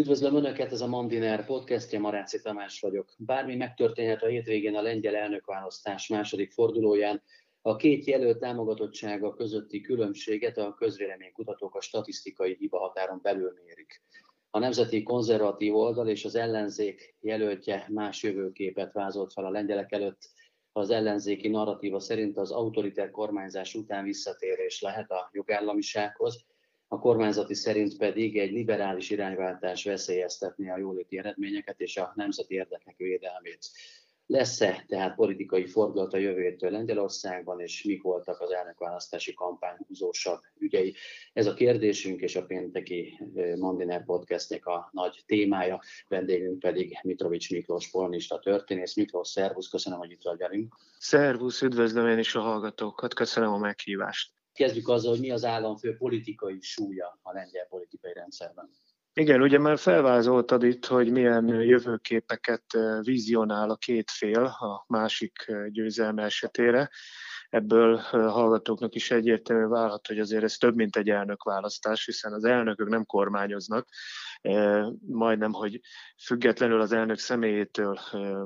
Üdvözlöm Önöket, ez a Mandiner podcastja, Maráci Tamás vagyok. Bármi megtörténhet a hétvégén a lengyel elnökválasztás második fordulóján, a két jelölt támogatottsága közötti különbséget a közvéleménykutatók a statisztikai hibahatáron belül mérik. A nemzeti konzervatív oldal és az ellenzék jelöltje más jövőképet vázolt fel a lengyelek előtt. Az ellenzéki narratíva szerint az autoriter kormányzás után visszatérés lehet a jogállamisághoz, a kormányzati szerint pedig egy liberális irányváltás veszélyeztetné a jóléti eredményeket és a nemzeti érdekek védelmét. Lesz-e tehát politikai fordulat a jövő héttől Lengyelországban, és mik voltak az elnökválasztási kampány húzósabb ügyei? Ez a kérdésünk, és a pénteki Mandiner podcastnek a nagy témája. Vendégünk pedig Mitrovics Miklós polonista történész. Miklós, szervusz, köszönöm, hogy itt vagy velünk. Szervusz, üdvözlöm én is a hallgatókat, köszönöm a meghívást. Kezdjük azzal, hogy mi az államfő politikai súlya a lengyel politikai rendszerben. Igen, ugye már felvázoltad itt, hogy milyen jövőképeket vizionál a két fél a másik győzelme esetére. Ebből hallgatóknak is egyértelmű válhat, hogy azért ez több, mint egy elnökválasztás, hiszen az elnökök nem kormányoznak, majdnem, hogy függetlenül az elnök személyétől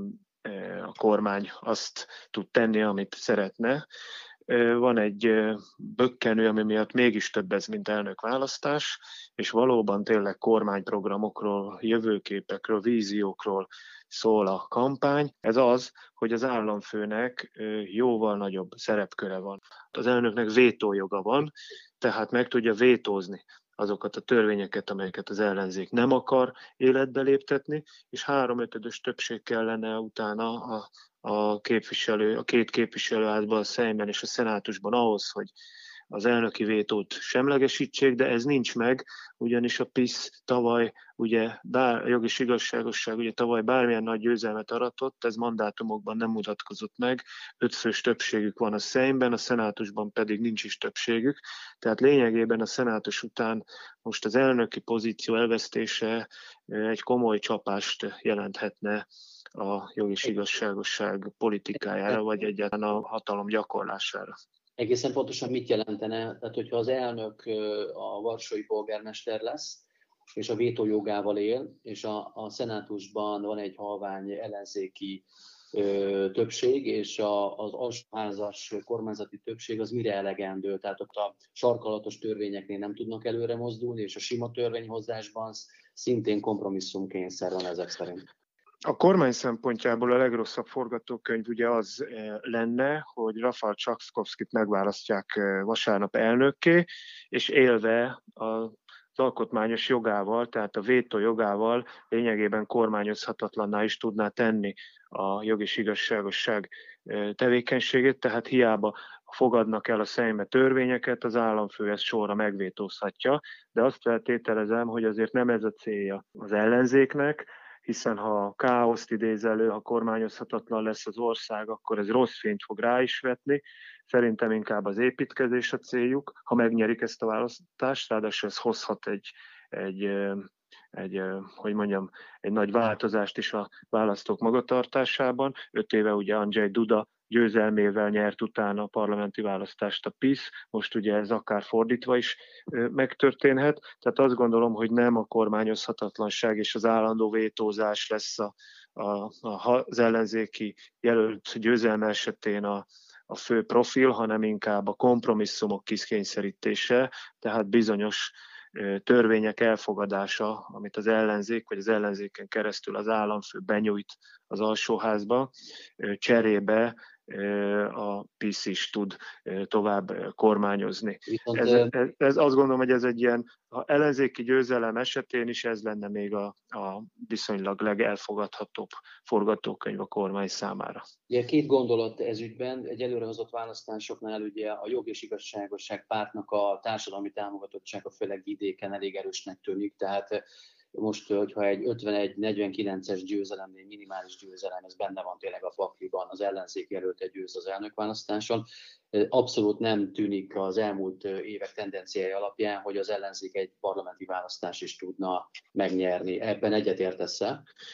a kormány azt tud tenni, amit szeretne. Van egy bökkenő, ami miatt mégis több ez, mint elnökválasztás, és valóban tényleg kormányprogramokról, jövőképekről, víziókról szól a kampány. Ez az, hogy az államfőnek jóval nagyobb szerepköre van. Az elnöknek vétójoga van, tehát meg tudja vétózni azokat a törvényeket, amelyeket az ellenzék nem akar életbe léptetni, és 3/5-ös többség kellene utána a két képviselőházban, a Szejmben és a Szenátusban ahhoz, hogy az elnöki vétót semlegesítsék, de ez nincs meg, ugyanis a PiS tavaly, ugye, a Jog és Igazságosság ugye tavaly bármilyen nagy győzelmet aratott, ez mandátumokban nem mutatkozott meg, 5-fős többségük van a Szejmben, a Szenátusban pedig nincs is többségük, tehát lényegében a Szenátus után most az elnöki pozíció elvesztése egy komoly csapást jelenthetne a Jog és Igazságosság politikájára, vagy egyáltalán a hatalom gyakorlására. Egészen pontosan mit jelentene? Tehát, hogyha az elnök a varsói polgármester lesz, és a vétójogával él, és a szenátusban van egy halvány ellenzéki többség, és az alsóházas kormányzati többség az mire elegendő? Tehát ott a sarkalatos törvényeknél nem tudnak előre mozdulni, és a sima törvényhozásban szintén kompromisszumkényszer van ezek szerint. A kormány szempontjából a legrosszabb forgatókönyv ugye az lenne, hogy Rafał Trzaskowskit megválasztják vasárnap elnökké, és élve az alkotmányos jogával, tehát a vétó jogával lényegében kormányozhatatlanná is tudná tenni a Jog és Igazságosság tevékenységét, tehát hiába fogadnak el a Szejme törvényeket, az államfő ezt sorra megvétózhatja, de azt feltételezem, hogy azért nem ez a célja az ellenzéknek, hiszen ha káoszt idéz elő, ha kormányozhatatlan lesz az ország, akkor ez rossz fényt fog rá is vetni. Szerintem inkább az építkezés a céljuk, ha megnyerik ezt a választást, ráadásul ez hozhat egy nagy változást is a választók magatartásában. 5 éve ugye Andrzej Duda győzelmével nyert utána a parlamenti választást a PiS, most ugye ez akár fordítva is megtörténhet. Tehát azt gondolom, hogy nem a kormányozhatatlanság és az állandó vétózás lesz az ellenzéki jelölt győzelme esetén a fő profil, hanem inkább a kompromisszumok kiszkényszerítése, tehát bizonyos törvények elfogadása, amit az ellenzék, vagy az ellenzéken keresztül az államfő benyújt az alsóházba, cserébe a PiS is tud tovább kormányozni. Ez azt gondolom, hogy ez egy ilyen, ha ellenzéki győzelem esetén is ez lenne még a viszonylag legelfogadhatóbb forgatókönyv a kormány számára. Ugye 2 gondolat ez ügyben, egy előrehozott választásoknál ugye a Jog és Igazságosság pártnak a társadalmi támogatottsága főleg vidéken elég erősnek tűnik, tehát most, hogyha egy 51-49-es győzelemnél minimális győzelem, ez benne van tényleg a pakliban, az ellenzék jelölte győz az elnökválasztáson. Abszolút nem tűnik az elmúlt évek tendenciája alapján, hogy az ellenzék egy parlamenti választást is tudna megnyerni. Ebben egyetértesz-e?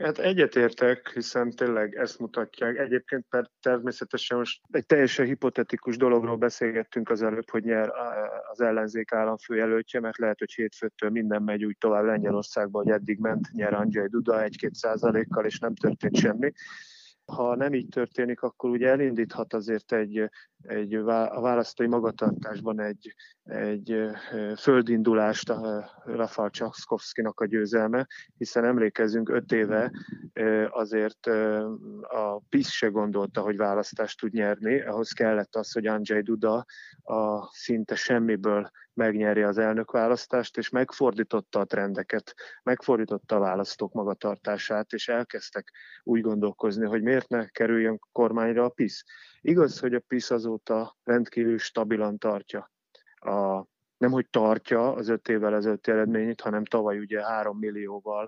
Hát egyetértek, hiszen tényleg ezt mutatják. Egyébként természetesen most egy teljesen hipotetikus dologról beszélgettünk az előbb, hogy nyer az ellenzék államfőjelöltje, mert lehet, hogy hétfőtől minden megy úgy tovább Lengyelországba, hogy eddig ment, nyer Andrzej Duda 1-2%-kal, és nem történt semmi. Ha nem így történik, akkor ugye elindíthat azért a választói magatartásban egy földindulást a Rafał Trzaskowskinak a győzelme, hiszen emlékezzünk, 5 éve azért a PiS se gondolta, hogy választást tud nyerni, ahhoz kellett az, hogy Andrzej Duda a szinte semmiből megnyerje az elnökválasztást, és megfordította a trendeket, megfordította a választók magatartását, és elkezdtek úgy gondolkozni, hogy miért ne kerüljön kormányra a PiS. Igaz, hogy a PiS azóta rendkívül stabilan tartja nemhogy tartja az 5 évvel ezelőtti eredményét, hanem tavaly ugye 3 millióval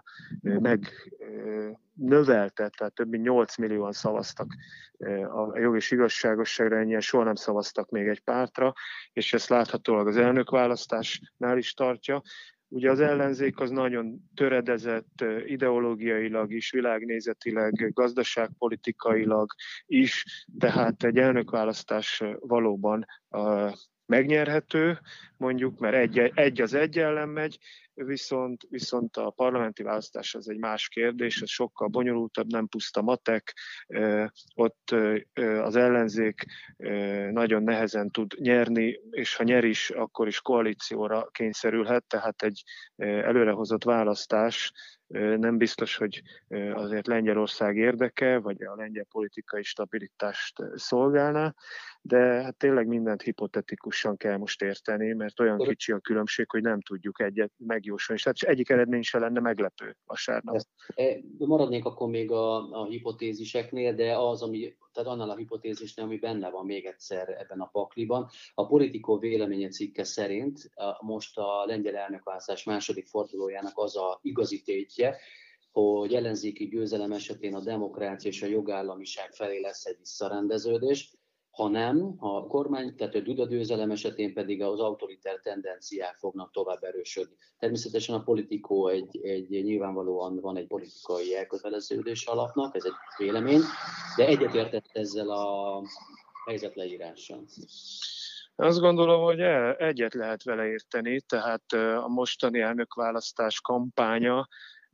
megnövelte, tehát több mint 8 millióan szavaztak a Jog és Igazságosságra, ennyien soha nem szavaztak még egy pártra, és ezt láthatólag az elnökválasztásnál is tartja. Ugye az ellenzék az nagyon töredezett ideológiailag is, világnézetileg, gazdaságpolitikailag is, tehát egy elnökválasztás valóban megnyerhető, mondjuk, mert egy az egy ellen megy, viszont a parlamenti választás az egy más kérdés, ez sokkal bonyolultabb, nem puszta matek, ott az ellenzék nagyon nehezen tud nyerni, és ha nyer is, akkor is koalícióra kényszerülhet, tehát egy előrehozott választás nem biztos, hogy azért Lengyelország érdeke, vagy a lengyel politikai stabilitást szolgálná, de hát tényleg mindent hipotetikusan kell most érteni, mert olyan kicsi a különbség, hogy nem tudjuk egyet megjósolni. Tehát egyik eredmény se lenne meglepő vasárnap. Maradnék akkor még a hipotéziseknél, de tehát annál a hipotézisnél, ami benne van még egyszer ebben a pakliban. A Politico véleménye cikke szerint most a lengyel elnökválasztás második fordulójának az a igazi tétje, hogy ellenzéki győzelem esetén a demokrácia és a jogállamiság felé lesz egy visszarendeződés, hanem a kormány, tehát a Duda győzelem esetén pedig az autoritár tendenciák fognak tovább erősödni. Természetesen a Politico nyilvánvalóan van egy politikai elköteleződés alapnak, ez egy vélemény, de egyetértett ezzel a helyzetleírással. Azt gondolom, hogy egyet lehet vele érteni, tehát a mostani elnökválasztás kampánya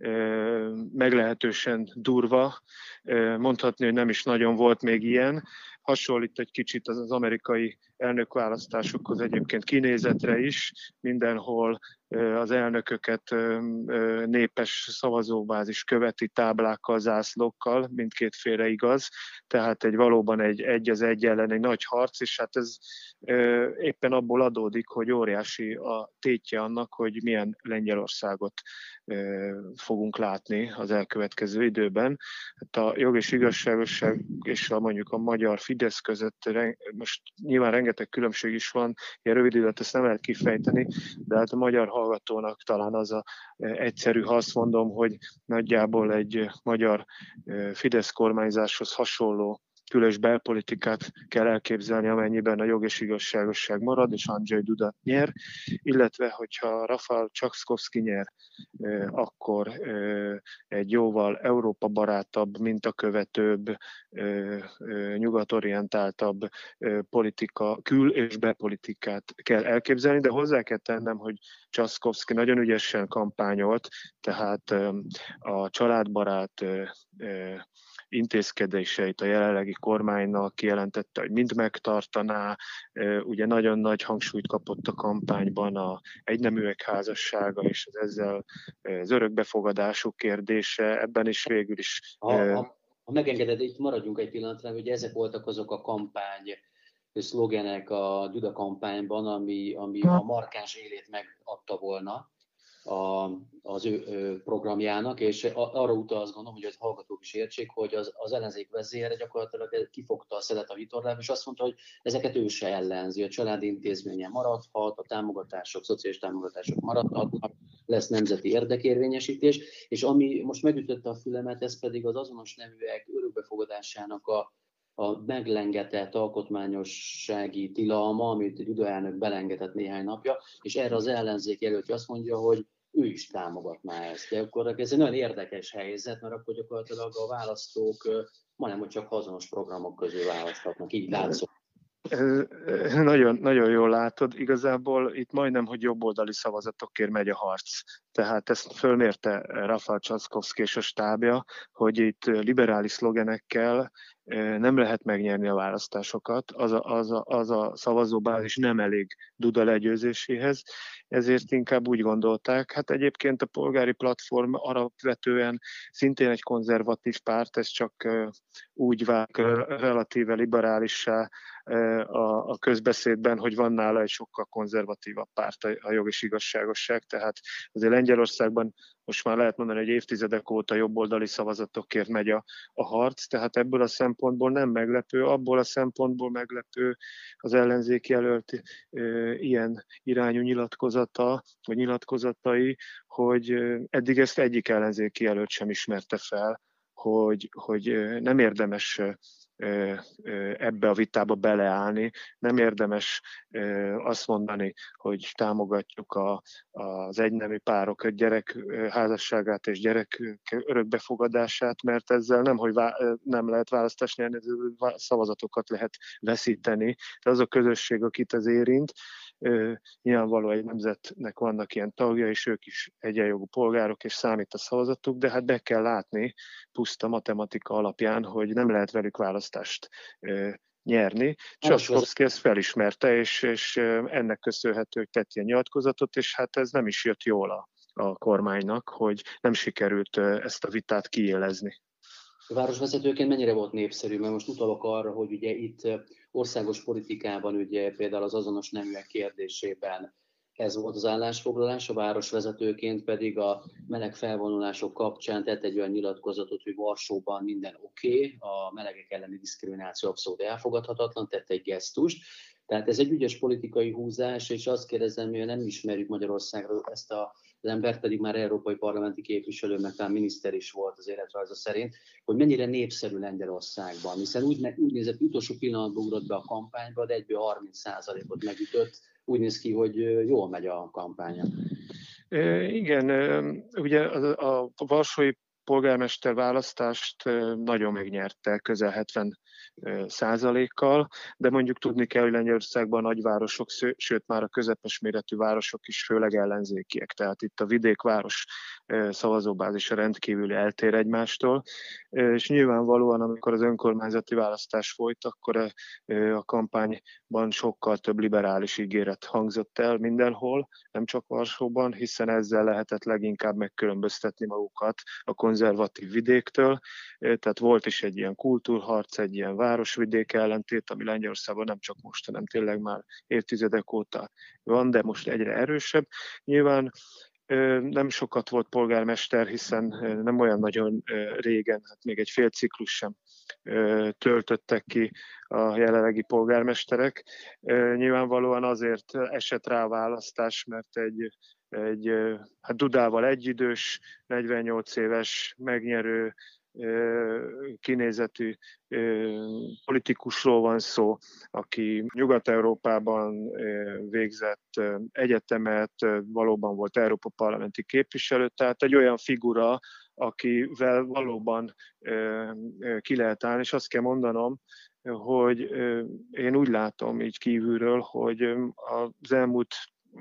meglehetősen durva, mondhatni, hogy nem is nagyon volt még ilyen. Hasonlít egy kicsit az amerikai elnökválasztásokhoz egyébként kinézetre is, mindenhol az elnököket népes szavazóbázis követi táblákkal, zászlókkal, mindkét félre igaz, tehát valóban egy az egy ellen egy nagy harc, és hát ez éppen abból adódik, hogy óriási a tétje annak, hogy milyen Lengyelországot fogunk látni az elkövetkező időben. Hát a Jog és Igazságosság és mondjuk a magyar Fidesz között most nyilván rengeteg különbség is van, ilyen rövid időt ezt nem lehet kifejteni, de hát a magyar hallgatónak talán az egyszerű, ha azt mondom, hogy nagyjából egy magyar Fidesz kormányzáshoz hasonló különös belpolitikát kell elképzelni, amennyiben a Jog és Igazságosság marad, és Andrzej Duda nyer, illetve hogyha Rafał Trzaskowski nyer, akkor egy jóval Európa barátabb, mintakövetőbb, nyugatorientáltabb politika, kül- és belpolitikát kell elképzelni, de hozzá kell tennem, hogy Trzaskowski nagyon ügyesen kampányolt, tehát a családbarát intézkedéseit a jelenlegi kormánynak kijelentette, hogy mind megtartaná. Ugye nagyon nagy hangsúlyt kapott a kampányban a egyneműek házassága és ezzel az örökbefogadások kérdése, ebben is végül is... Ha megengeded, itt maradjunk egy pillanatra, hogy ezek voltak azok a kampány szlogenek a Duda kampányban, ami a markáns élét megadta volna az ő programjának, és arra utal, azt gondolom, hogy a hallgatók is értsék, hogy az ellenzék vezére gyakorlatilag kifogta a szelet a vitorlába, és azt mondta, hogy ezeket ő se ellenzi, a családi intézménye maradhat, a támogatások, szociális támogatások maradhatnak, lesz nemzeti érdekérvényesítés, és ami most megütötte a fülemet, ez pedig az azonos neműek örökbefogadásának a meglengetett alkotmányossági tilalma, amit Duda elnök belengetett néhány napja, és erre az ellenzék jelöltje azt mondja, hogy ő is támogatná ezt. De akkor ez egy nagyon érdekes helyzet, mert akkor gyakorlatilag a választók majdnem, hogy csak azonos programok közül választhatnak, így látszott. Nagyon, nagyon jól látod, igazából itt majdnem, hogy jobboldali szavazatokért megy a harc. Tehát ezt fölmérte Rafał Trzaskowski és a stábja, hogy itt liberális szlogenekkel nem lehet megnyerni a választásokat, az a szavazóbázis nem elég Duda legyőzéséhez, ezért inkább úgy gondolták. Hát egyébként a polgári platform alapvetően szintén egy konzervatív párt, ez csak úgy vált relatíve liberálissá a közbeszédben, hogy van nála egy sokkal konzervatívabb párt, a Jog és Igazságosság, tehát azért Lengyelországban most már lehet mondani, hogy évtizedek óta jobboldali szavazatokért megy a harc, tehát ebből a szempontból nem meglepő, abból a szempontból meglepő az ellenzék jelölt ilyen irányú nyilatkozata, vagy nyilatkozatai, hogy eddig ezt egyik ellenzéki jelölt sem ismerte fel, hogy nem érdemes ebbe a vitába beleállni, nem érdemes azt mondani, hogy támogatjuk az egynemű párok gyerek házasságát és gyerek örökbefogadását, mert ezzel nem lehet választást nyerni, szavazatokat lehet veszíteni. De az a közösség, akit ez érint, nyilvánvalóan egy nemzetnek vannak ilyen tagja, és ők is egyenjogú polgárok, és számít a szavazatuk, de hát be kell látni puszta matematika alapján, hogy nem lehet velük választást nyerni. Trzaskowski ezt felismerte, és ennek köszönhető, hogy tett ilyen nyilatkozatot, és hát ez nem is jött jól a kormánynak, hogy nem sikerült ezt a vitát kiélezni. A városvezetőként mennyire volt népszerű? Mert most utalok arra, hogy ugye itt országos politikában ugye például az azonos neműek kérdésében ez volt az állásfoglalás, a városvezetőként pedig a meleg felvonulások kapcsán tett egy olyan nyilatkozatot, hogy Varsóban minden oké, a melegek elleni diszkrimináció abszolút elfogadhatatlan, tett egy gesztust. Tehát ez egy ügyes politikai húzás, és azt kérdezem, hogy nem ismerjük Magyarországról ezt az embert, pedig már európai parlamenti képviselő, meg talán miniszter is volt az életrajza szerint, hogy mennyire népszerű Lengyelországban, hiszen úgy nézett, utolsó pillanatban ugrott be a kampányba, de egyből 30%-ot megütött. Úgy néz ki, hogy jól megy a kampánya. Igen, ugye a varsói polgármester választást nagyon megnyerte, közel 70%-kal, de mondjuk tudni kell, hogy Lengyelországban a nagyvárosok, sőt már a közepes méretű városok is főleg ellenzékiek, tehát itt a vidékváros szavazóbázisa rendkívül eltér egymástól, és nyilvánvalóan, amikor az önkormányzati választás folyt, akkor a kampányban sokkal több liberális ígéret hangzott el mindenhol, nem csak Varsóban, hiszen ezzel lehetett leginkább megkülönböztetni magukat a konzervatív vidéktől, tehát volt is egy ilyen kultúrharc, egy ilyen városvidék ellentét, ami Lengyelországban nem csak most, hanem tényleg már évtizedek óta van, de most egyre erősebb. Nyilván nem sokat volt polgármester, hiszen nem olyan nagyon régen, hát még egy fél ciklus sem töltöttek ki a jelenlegi polgármesterek. Nyilvánvalóan azért esett rá a választás, mert egy hát Dudával egyidős, 48 éves, megnyerő, kinézetű politikusról van szó, aki Nyugat-Európában végzett egyetemet, valóban volt Európa parlamenti képviselő, tehát egy olyan figura, akivel valóban ki lehet állni, és azt kell mondanom, hogy én úgy látom így kívülről, hogy az elmúlt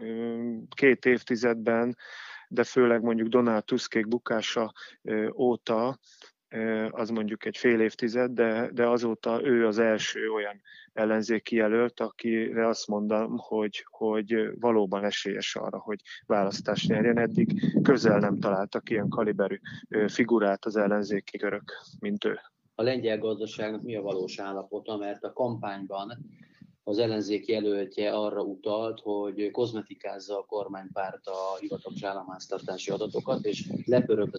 2 évtizedben, de főleg mondjuk Donald Tuskék bukása óta, az mondjuk egy fél évtized, de azóta ő az első olyan ellenzéki jelölt, akire azt mondom, hogy valóban esélyes arra, hogy választást nyerjen. Eddig közel nem találtak ilyen kaliberű figurát az ellenzéki körök, mint ő. A lengyel gazdaságnak mi a valós állapota, mert a kampányban az ellenzék jelöltje arra utalt, hogy kozmetikázza a kormánypárt a hivatalos államháztartási adatokat, és lepörög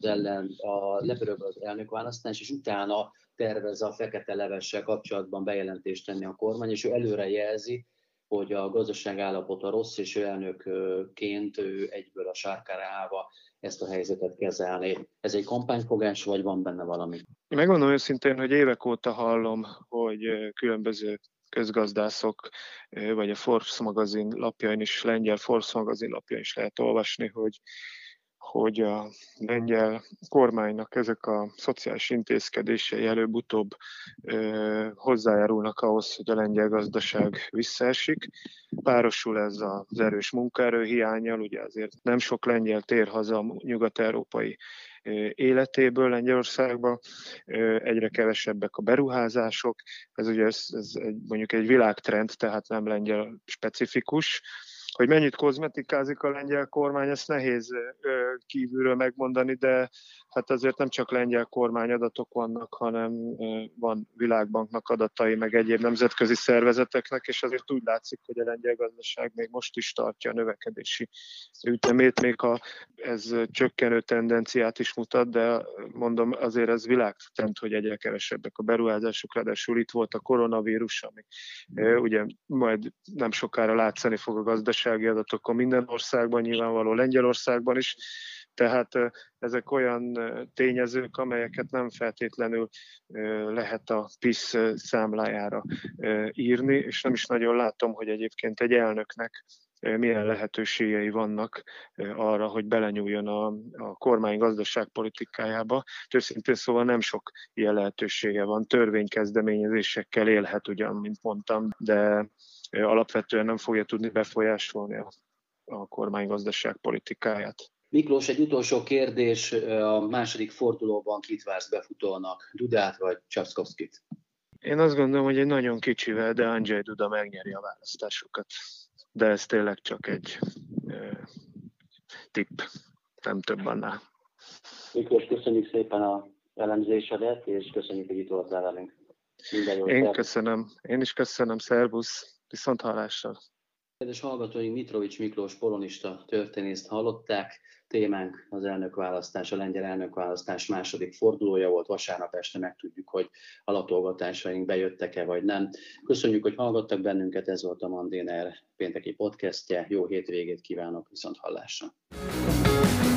az elnökválasztás, és utána tervez a fekete levessel kapcsolatban bejelentést tenni a kormány, és ő előre jelzi, hogy a gazdaság állapota rossz, és ő elnökként ő egyből a sárkára állva ezt a helyzetet kezelni. Ez egy kampányfogás, vagy van benne valami? Én megmondom őszintén, hogy évek óta hallom, hogy különböző közgazdászok, vagy a Forbes magazin lapjain is, lengyel Forbes magazin lapjain is lehet olvasni, hogy hogy a lengyel kormánynak ezek a szociális intézkedései előbb-utóbb hozzájárulnak ahhoz, hogy a lengyel gazdaság visszaesik. Párosul ez az erős munkaerőhiánnyal, ugye azért nem sok lengyel tér haza a nyugat-európai életéből Lengyelországba, egyre kevesebbek a beruházások, ez ugye mondjuk egy világtrend, tehát nem lengyel specifikus. Hogy mennyit kozmetikázik a lengyel kormány, ezt nehéz kívülről megmondani, de hát azért nem csak lengyel kormányadatok vannak, hanem van Világbanknak adatai, meg egyéb nemzetközi szervezeteknek, és azért úgy látszik, hogy a lengyel gazdaság még most is tartja a növekedési ütemét, még ha ez csökkenő tendenciát is mutat, de mondom, azért ez világtrend, hogy egyre kevesebbek a beruházások, ráadásul itt volt a koronavírus, ami ugye majd nem sokára látszani fog a gazdasági adatokon minden országban, nyilvánvaló Lengyelországban is, tehát ezek olyan tényezők, amelyeket nem feltétlenül lehet a PiS számlájára írni, és nem is nagyon látom, hogy egyébként egy elnöknek milyen lehetőségei vannak arra, hogy belenyúljon a kormány gazdaságpolitikájába. Őszintén szóval nem sok ilyen lehetősége van. Törvénykezdeményezésekkel élhet ugyan, mint mondtam, de alapvetően nem fogja tudni befolyásolni a kormány gazdaságpolitikáját. Miklós, egy utolsó kérdés, a második fordulóban kit vársz befutónak, Dudát vagy Csakszkowskit? Én azt gondolom, hogy egy nagyon kicsivel, de Andrzej Duda megnyeri a választásokat. De ez tényleg csak egy tipp, nem több annál. Miklós, köszönjük szépen a elemzésedet, és köszönjük, hogy itt voltál velünk. Én is köszönöm, szervusz, viszont hallásra. Kedves hallgatóink, Mitrovics Miklós polonista történészt hallották. Témánk az elnökválasztás, a lengyel elnökválasztás második fordulója volt. Vasárnap este megtudjuk, hogy a latolgatásaink bejöttek-e vagy nem. Köszönjük, hogy hallgattak bennünket, ez volt a Mandiner pénteki podcastje. Jó hétvégét kívánok, viszont hallásra.